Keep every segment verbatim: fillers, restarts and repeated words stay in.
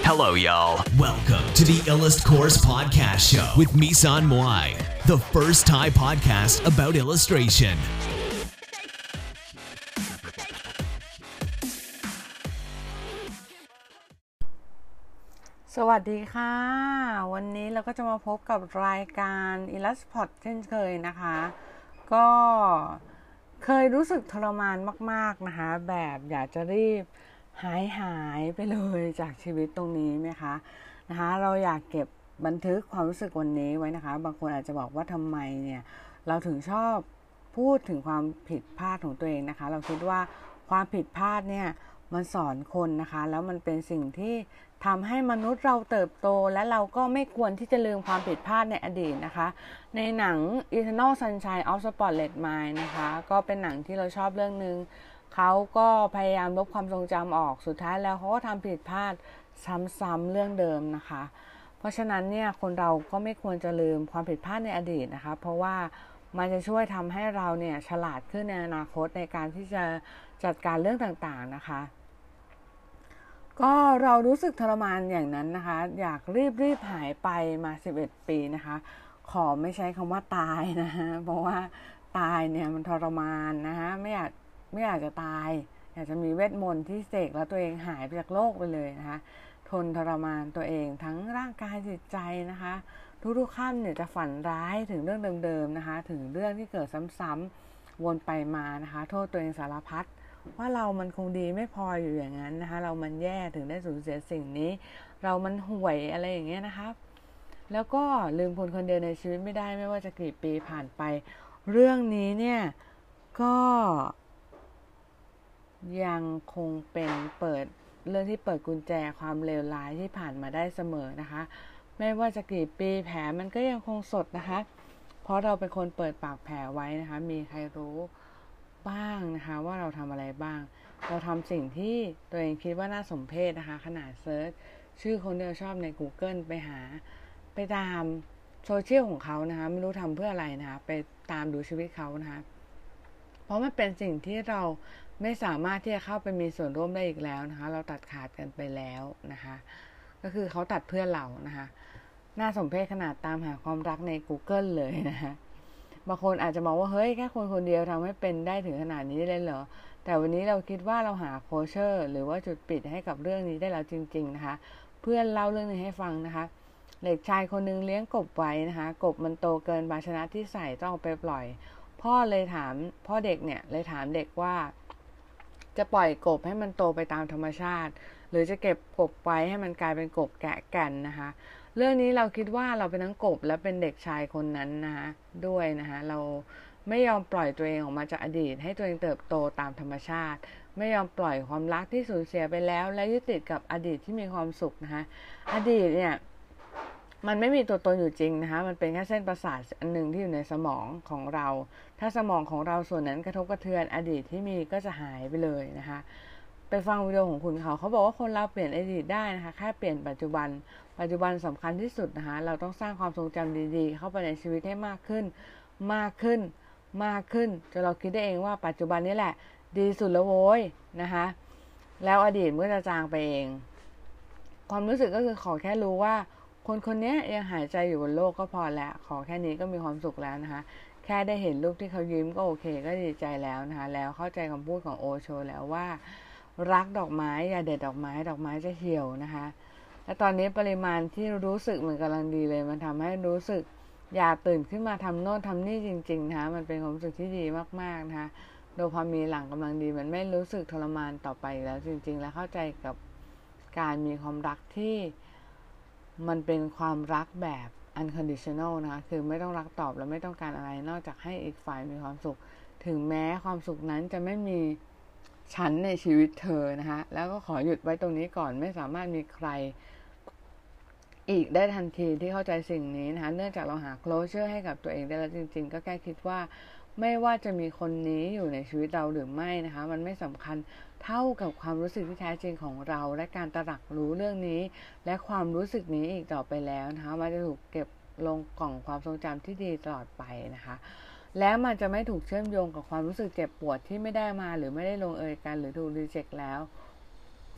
Hello, y'all. Welcome to the Illust Course Podcast Show with Misan Moai, the first Thai podcast about illustration. สวัสดีค่ะวันนี้เราก็จะมาพบกับรายการ Illustpod เช่นเคยนะคะก็เคยรู้สึกทรมานมากๆนะคะแบบอยากจะรีบหายหายไปเลยจากชีวิตตรงนี้ไหมคะนะคะเราอยากเก็บบันทึกความรู้สึกวันนี้ไว้นะคะบางคนอาจจะบอกว่าทำไมเนี่ยเราถึงชอบพูดถึงความผิดพลาดของตัวเองนะคะเราคิดว่าความผิดพลาดเนี่ยมันสอนคนนะคะแล้วมันเป็นสิ่งที่ทำให้มนุษย์เราเติบโตและเราก็ไม่ควรที่จะลืมความผิดพลาดในอดีตนะคะในหนัง Eternal Sunshine of Spotless Mind นะคะก็เป็นหนังที่เราชอบเรื่องนึงเขาก็พยายามลบความทรงจำออกสุดท้ายแล้วเขาก็ทำผิดพลาดซ้ำๆเรื่องเดิมนะคะเพราะฉะนั้นเนี่ยคนเราก็ไม่ควรจะลืมความผิดพลาดในอดีตนะคะเพราะว่ามันจะช่วยทำให้เราเนี่ยฉลาดขึ้นในอนาคตในการที่จะจัดการเรื่องต่างๆนะคะก็เรารู้สึกทรมานอย่างนั้นนะคะอยากรีบรีบหายไปมาสิบเอ็ดปีนะคะขอไม่ใช้คำว่าตายนะฮะเพราะว่าตายเนี่ยมันทรมานนะคะไม่อยากไม่อยากจะตายอยากจะมีเวทมนต์ที่เสกแล้วตัวเองหายไปจากโลกไปเลยนะคะทนทรมานตัวเองทั้งร่างกายจิตใจนะคะทุกๆค่ำเนี่ยจะฝันร้ายถึงเรื่องเดิมๆนะคะถึงเรื่องที่เกิดซ้ำๆวนไปมานะคะโทษตัวเองสารพัดว่าเรามันคงดีไม่พออยู่อย่างนั้นนะคะเรามันแย่ถึงได้สูญเสียสิ่งนี้เรามันห่วยอะไรอย่างเงี้ยนะครับแล้วก็ลืมคนคนเดียวในชีวิตไม่ได้ไม่ว่าจะกี่ปีผ่านไปเรื่องนี้เนี่ยก็ยังคงเป็นเปิดเรื่องที่เปิดกุญแจความเลวร้ายที่ผ่านมาได้เสมอนะคะไม่ว่าจะกี่ปีแผลมันก็ยังคงสดนะคะเพราะเราเป็นคนเปิดปากแผลไว้นะคะมีใครรู้บ้างนะคะว่าเราทำอะไรบ้างเราทำสิ่งที่ตัวเองคิดว่าน่าสมเพชนะคะขนาดเซิร์ชชื่อคนที่เราชอบใน Google ไปหาไปตามโซเชียลของเขานะคะไม่รู้ทำเพื่ออะไรนะคะไปตามดูชีวิตเขานะคะเพราะมันเป็นสิ่งที่เราไม่สามารถที่จะเข้าไปมีส่วนร่วมได้อีกแล้วนะคะเราตัดขาดกันไปแล้วนะคะก็คือเขาตัดเพื่อนเรานะคะน่าสมเพชขนาดตามหาความรักใน Google เลยนะคะบางคนอาจจะมองว่าเฮ้ยแค่คนคนเดียวทำให้เป็นได้ถึงขนาดนี้เลยเหรอแต่วันนี้เราคิดว่าเราหาโคเชอร์หรือว่าจุดปิดให้กับเรื่องนี้ได้แล้วจริงๆนะคะเพื่อนเล่าเรื่องนี้ให้ฟังนะคะเด็กชายคนนึงเลี้ยงกบไว้นะคะกบมันโตเกินภาชนะที่ใส่ต้องเอาไปปล่อยพ่อเลยถามพ่อเด็กเนี่ยเลยถามเด็กว่าจะปล่อยกบให้มันโตไปตามธรรมชาติหรือจะเก็บกบไว้ให้มันกลายเป็นกบแกะกันนะคะเรื่องนี้เราคิดว่าเราเป็นทั้งกบและเป็นเด็กชายคนนั้นนะคะด้วยนะคะเราไม่ยอมปล่อยตัวเองออกมาจากอดีตให้ตัวเองเติบโตตามธรรมชาติไม่ยอมปล่อยความรักที่สูญเสียไปแล้วและยึดติดกับอดีตที่มีความสุขนะคะอดีตเนี่ยมันไม่มีตัวตนอยู่จริงนะคะมันเป็นแค่เส้นประสาทอันหนึ่งที่อยู่ในสมองของเราถ้าสมองของเราส่วนนั้นกระทบกระเทือนอดีตที่มีก็จะหายไปเลยนะคะไปฟังวิดีโอของคุณเขาเขาบอกว่าคนเราเปลี่ยนอดีตได้นะคะแค่เปลี่ยนปัจจุบันปัจจุบันสำคัญที่สุดนะคะเราต้องสร้างความทรงจำดีๆเข้าไปในชีวิตให้มากขึ้นมากขึ้นมากขึ้นจนเราคิดได้เองว่าปัจจุบันนี้แหละดีสุดแล้วโว้ยนะคะแล้วอดีตเมื่อจะจางไปเองความรู้สึกก็คือขอแค่รู้ว่าคนคนนี้ยังหายใจอยู่บนโลกก็พอแล้วขอแค่นี้ก็มีความสุขแล้วนะคะแค่ได้เห็นรูปที่เขายิ้มก็โอเคก็ดีใจแล้วนะคะแล้วเข้าใจคำพูดของโอโชแล้วว่ารักดอกไม้อย่าเด็ดดอกไม้ดอกไม้จะเหี่ยวนะคะและตอนนี้ปริมาณที่รู้สึกมันกำลังดีเลยมันทำให้รู้สึกอยากตื่นขึ้นมาทำโน่นทำนี่จริงๆนะคะมันเป็นความรู้สึกที่ดีมากๆนะคะโดพามีนหลั่งกำลังดีมันไม่รู้สึกทรมานต่อไปแล้วจริงๆแล้วเข้าใจกับการมีความรักที่มันเป็นความรักแบบ unconditional นะคะคือไม่ต้องรักตอบและไม่ต้องการอะไรนอกจากให้อีกฝ่ายมีความสุขถึงแม้ความสุขนั้นจะไม่มีฉันในชีวิตเธอนะคะแล้วก็ขอหยุดไว้ตรงนี้ก่อนไม่สามารถมีใครอีกได้ทันทีที่เข้าใจสิ่งนี้นะคะเนื่องจากเราหา closure ให้กับตัวเองได้แล้วจริงๆก็แค่คิดว่าไม่ว่าจะมีคนนี้อยู่ในชีวิตเราหรือไม่นะคะมันไม่สำคัญเท่ากับความรู้สึกที่แท้จริงของเราและการตระหนักรู้เรื่องนี้และความรู้สึกนี้อีกต่อไปแล้วนะคะมันจะถูกเก็บลงกล่องความทรงจำที่ดีตลอดไปนะคะแล้วมันจะไม่ถูกเชื่อมโยงกับความรู้สึกเจ็บปวดที่ไม่ได้มาหรือไม่ได้ลงเอยกันหรือถูกรีเจ็คแล้ว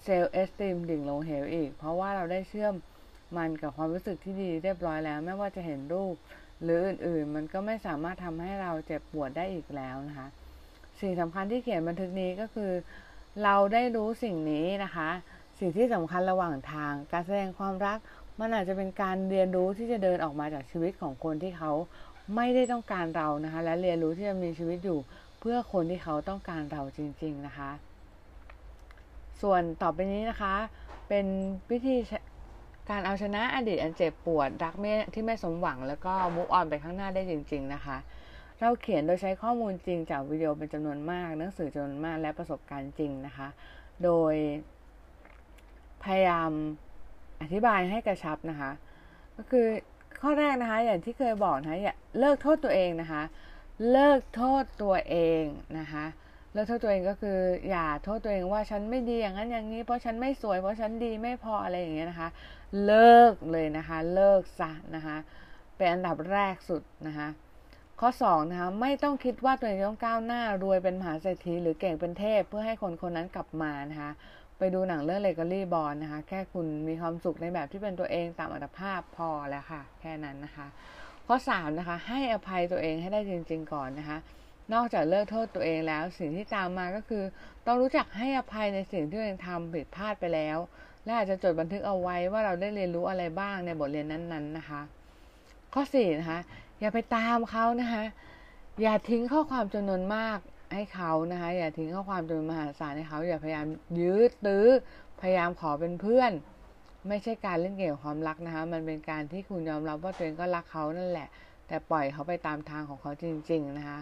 เซลล์เอสติมดิ่งลงเหวอีกเพราะว่าเราได้เชื่อมมันกับความรู้สึกที่ดีเรียบร้อยแล้วไม่ว่าจะเห็นรูปหรืออื่นๆมันก็ไม่สามารถทำให้เราเจ็บปวดได้อีกแล้วนะคะสิ่งสำคัญที่เขียนบันทึกนี้ก็คือเราได้รู้สิ่งนี้นะคะสิ่งที่สำคัญระหว่างทางการแสดงความรักมันอาจจะเป็นการเรียนรู้ที่จะเดินออกมาจากชีวิตของคนที่เขาไม่ได้ต้องการเรานะคะและเรียนรู้ที่จะมีชีวิตอยู่เพื่อคนที่เขาต้องการเราจริงๆนะคะส่วนต่อไปนี้นะคะเป็นวิธีการเอาชนะอดีตอันเจ็บปวดรักไม่ที่ไม่สมหวังแล้วก็มุกออนไปข้างหน้าได้จริงๆนะคะเราเขียนโดยใช้ข้อมูลจริงจากวิดีโอเป็นจำนวนมากหนังสือจำนวนมากและประสบการณ์จริงนะคะโดยพยายามอธิบายให้กระชับนะคะก็คือข้อแรกนะคะอย่างที่เคยบอกนะคะอย่าเลิกโทษตัวเองนะคะเลิกโทษตัวเองนะคะเลิกโทษตัวเองก็คืออย่าโทษตัวเองว่าฉันไม่ดีอย่างนั้นอย่างนี้เพราะฉันไม่สวยเพราะฉันดีไม่พออะไรอย่างเงี้ยนะคะเลิกเลยนะคะเลิกซะนะคะเป็นอันดับแรกสุดนะคะข้อสองนะคะไม่ต้องคิดว่าตัวเองต้องก้าวหน้ารวยเป็นมหาเศรษฐีหรือเก่งเป็นเทพเพื่อให้คนคนนั้นกลับมานะคะไปดูหนังเรื่องเลกาลี่บอลนะคะแค่คุณมีความสุขในแบบที่เป็นตัวเองตามอัตภาพพอแล้วค่ะแค่นั้นนะคะข้อสามนะคะให้อภัยตัวเองให้ได้จริงๆก่อนนะคะนอกจากเลิกโทษตัวเองแล้วสิ่งที่ตามมาก็คือต้องรู้จักให้อภัยในสิ่งที่ตัวเองทำผิดพลาดไปแล้วและอาจจะจดบันทึกเอาไว้ว่าเราได้เรียนรู้อะไรบ้างในบทเรียนนั้นๆนะคะข้อสี่นะคะอย่าไปตามเขานะคะอย่าทิ้งข้อความจำนวนมากให้เขานะคะอย่าทิ้งข้อความจำนวนมหาศาลให้เขาอย่าพยายามยื้อตื้อพยายามขอเป็นเพื่อนไม่ใช่การเล่นเกมความรักนะคะมันเป็นการที่คุณยอมรับว่าตัวเองก็รักเขานั่นแหละแต่ปล่อยเขาไปตามทางของเขาจริงๆนะคะ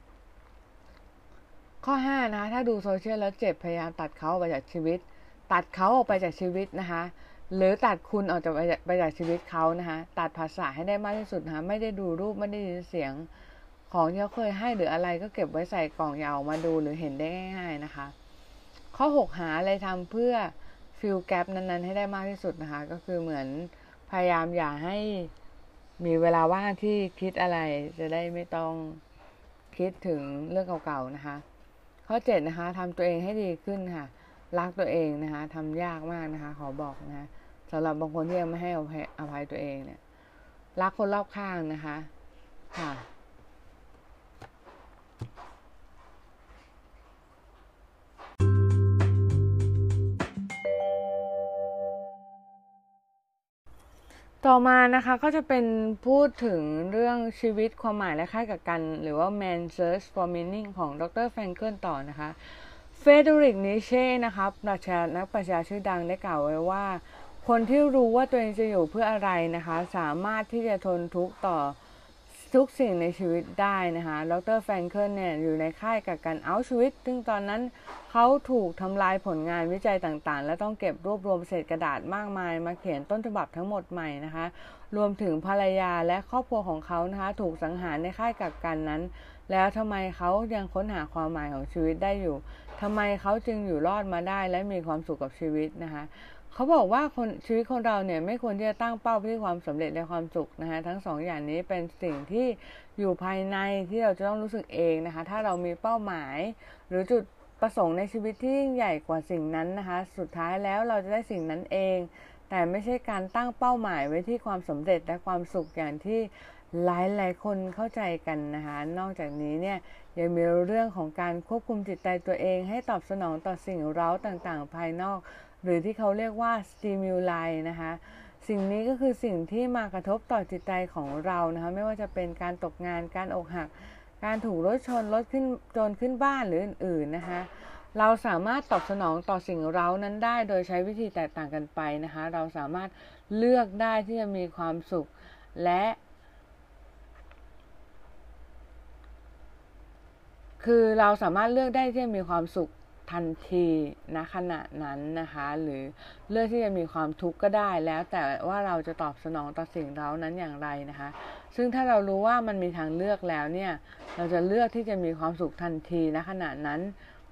ข้อห้านะคะถ้าดูโซเชียลแล้วเจ็บพยายามตัดเขาออกไปจากชีวิตตัดเขาออกไปจากชีวิตนะคะหรือตัดคุณออกจากไปจากชีวิตเขานะคะตัดภาษาให้ได้มากที่สุดนะคะไม่ได้ดูรูปไม่ได้ยินเสียงของที่เขาเคยให้หรืออะไรก็เก็บไว้ใส่กล่องยาวมาดูหรือเห็นได้ง่ายๆนะคะข้อหกหาอะไรทำเพื่อฟิลแกปนั้นๆให้ได้มากที่สุดนะคะก็คือเหมือนพยายามอย่าให้มีเวลาว่างที่คิดอะไรจะได้ไม่ต้องคิดถึงเรื่องเก่าๆนะคะข้อเจ็ดนะคะทำตัวเองให้ดีขึ้นค่ะรักตัวเองนะคะทำยากมากนะคะขอบอกนะสำหรับบางคนที่ยังไม่ให้อภัยตัวเองเนี่ยรักคนรอบข้างนะคะค่ะต่อมานะคะก็จะเป็นพูดถึงเรื่องชีวิตความหมายและค่ากับกันหรือว่า Man Search for Meaning ของดรแฟรงเกิลต่อนะคะเฟเดริก นิเช่นะคะปรัชญานักปรัชญาชื่อดังได้กล่าวไว้ว่าคนที่รู้ว่าตัวเองจะอยู่เพื่ออะไรนะคะสามารถที่จะทนทุกข์ต่อทุกสิ่งในชีวิตได้นะคะดรแฟรงเกิลเนี่ยอยู่ในค่ายกักกันอัลชวิตซึ่งตอนนั้นเขาถูกทำลายผลงานวิจัยต่างๆและต้องเก็บรวบรวมเศษกระดาษมากมายมาเขียนต้นฉบับทั้งหมดใหม่นะคะรวมถึงภรรยาและครอบครัวของเขานะคะถูกสังหารในค่ายกักกันนั้นแล้วทำไมเขายังค้นหาความหมายของชีวิตได้อยู่ทำไมเขาจึงอยู่รอดมาได้และมีความสุขกับชีวิตนะคะเขาบอกว่าคนชีวิตคนเราเนี่ยไม่ควรที่จะตั้งเป้าที่ความสำเร็จและความสุขนะคะทั้งสองอย่างนี้เป็นสิ่งที่อยู่ภายในที่เราจะต้องรู้สึกเองนะคะถ้าเรามีเป้าหมายหรือจุดประสงค์ในชีวิตที่ยิ่งใหญ่กว่าสิ่งนั้นนะคะสุดท้ายแล้วเราจะได้สิ่งนั้นเองแต่ไม่ใช่การตั้งเป้าหมายไว้ที่ความสำเร็จและความสุขอย่างที่หลายๆคนเข้าใจกันนะคะนอกจากนี้เนี่ยยังมีเรื่องของการควบคุมจิตใจตัวเองให้ตอบสนองต่อสิ่งเร้าต่างๆภายนอกหรือที่เขาเรียกว่า stimuli นะคะสิ่งนี้ก็คือสิ่งที่มากระทบต่อจิตใจของเรานะคะไม่ว่าจะเป็นการตกงานการอกหักการถูกรถชนรถขึ้นโจรขึ้นบ้านหรืออื่นๆนะคะเราสามารถตอบสนองต่อสิ่งเร้านั้นได้โดยใช้วิธีแตกต่างกันไปนะคะเราสามารถเลือกได้ที่จะมีความสุขและคือเราสามารถเลือกได้ที่จะมีความสุขทันทีณขณะนั้นนะคะหรือเลือกที่จะมีความทุกข์ก็ได้แล้วแต่ว่าเราจะตอบสนองต่อสิ่งเร้านั้นอย่างไรนะคะซึ่งถ้าเรารู้ว่ามันมีทางเลือกแล้วเนี่ยเราจะเลือกที่จะมีความสุขทันทีณขณะนั้น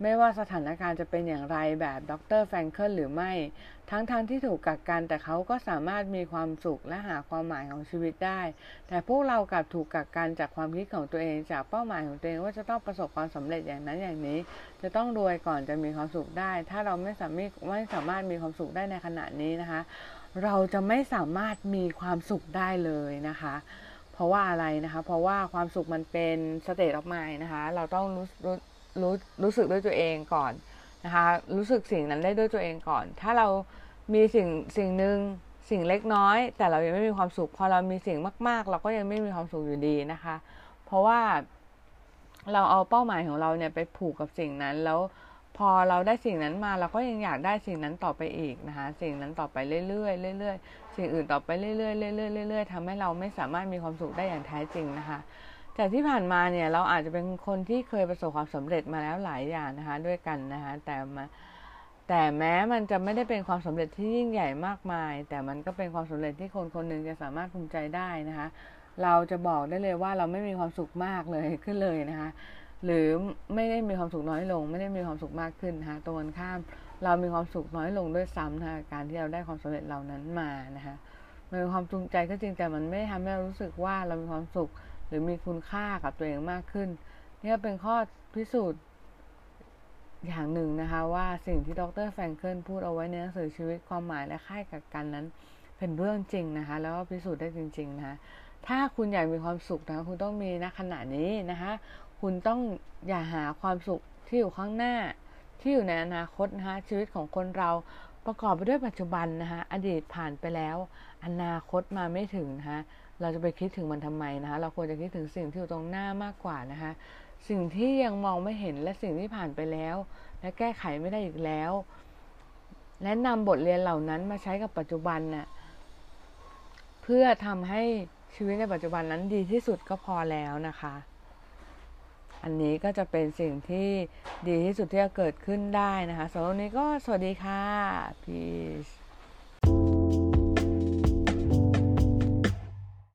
ไม่ว่าสถานการณ์จะเป็นอย่างไรแบบดร.แฟรงเคิลหรือไม่ทั้งๆ ท, ที่ถูกกักกันแต่เขาก็สามารถมีความสุขและหาความหมายของชีวิตได้แต่พวกเรากลับถูกกักกันจากความคิดของตัวเองจากเป้าหมายของตัวเองว่าจะต้องประสบความสำเร็จอย่างนั้นอย่างนี้จะต้องรวยก่อนจะมีความสุขได้ถ้าเราไม่สามารถไม่สามารถมีความสุขได้ในขณะนี้นะคะเราจะไม่สามารถมีความสุขได้เลยนะคะเพราะว่าอะไรนะคะเพราะว่าความสุขมันเป็นสเตทออฟมายด์นะคะเราต้องรู้รู้รู้รู้สึกด้วยตัวเองก่อนนะคะรู้สึกสิ่งนั้นได้ด้วยตัวเองก่อนถ้าเรามีสิ่งสิ่งหนึ่งสิ่งเล็กน้อยแต่เรายังไม่มีความสุขพอเรามีสิ่งมากๆเราก็ยังไม่มีความสุขอยู่ดีนะคะเพราะว่าเราเอาเป้าหมายของเราเนี่ยไปผูกกับสิ่งนั้นแล้วพอเราได้สิ่งนั้นมาเราก็ยังอยากได้สิ่งนั้นต่อไปอีกนะคะสิ่งนั้นต่อไปเรื่อยๆเรื่อยๆสิ่งอื่นต่อไปเรื่อยๆเรื่อยๆเรื่อยๆทำให้เราไม่สามารถมีความสุขได้อย่างแท้จริงนะคะจากที่ผ่านมาเนี่ยเราอาจจะเป็นคนที่เคยประสบความสำเร็จมาแล้วหลายอย่างนะคะด้วยกันนะคะแต่มาแต่แม้มันจะไม่ได้เป็นความสำเร็จที่ยิ่งใหญ่มากมายแต่มันก็เป็นความสำเร็จที่คนคนหนึ่งจะสามารถภูมิใจได้นะคะเราจะบอกได้เลยว่าเราไม่มีความสุขมากเลยขึ้นเลยนะคะหรือไม่ได้มีความสุขน้อยลงไม่ได้มีความสุขมากขึ้นนะคะตรงกันข้ามเรามีความสุขน้อยลงด้วยซ้ำนะคะการที่เราได้ความสำเร็จเหล่านั้นมานะคะมันเป็นความจูงใจก็จริงแต่มันไม่ทำให้เรารู้สึกว่าเรามีความสุขหรือมีคุณค่ากับตัวเองมากขึ้นนี่เป็นข้อพิสูจน์อย่างหนึ่งนะคะว่าสิ่งที่ดร.แฟรงเคิลพูดเอาไว้ในหนังสือชีวิตความหมายและค่ายกักกันนั้นเป็นเรื่องจริงนะคะแล้วก็พิสูจน์ได้จริงๆนะคะถ้าคุณอยากมีความสุขนะคะคุณต้องมีณขณะนี้นะคะคุณต้องอย่าหาความสุขที่อยู่ข้างหน้าที่อยู่ในอนาคตนะคะชีวิตของคนเราประกอบไปด้วยปัจจุบันนะคะอดีตผ่านไปแล้วอนาคตมาไม่ถึงนะคะเราจะไปคิดถึงมันทำไมนะคะเราควรจะคิดถึงสิ่งที่อยู่ตรงหน้ามากกว่านะคะสิ่งที่ยังมองไม่เห็นและสิ่งที่ผ่านไปแล้วและแก้ไขไม่ได้อีกแล้วและนำบทเรียนเหล่านั้นมาใช้กับปัจจุบันน่ะเพื่อทำให้ชีวิตในปัจจุบันนั้นดีที่สุดก็พอแล้วนะคะอันนี้ก็จะเป็นสิ่งที่ดีที่สุดที่จะเกิดขึ้นได้นะคะสำหรับวันนี้ก็สวัสดีค่ะ Peace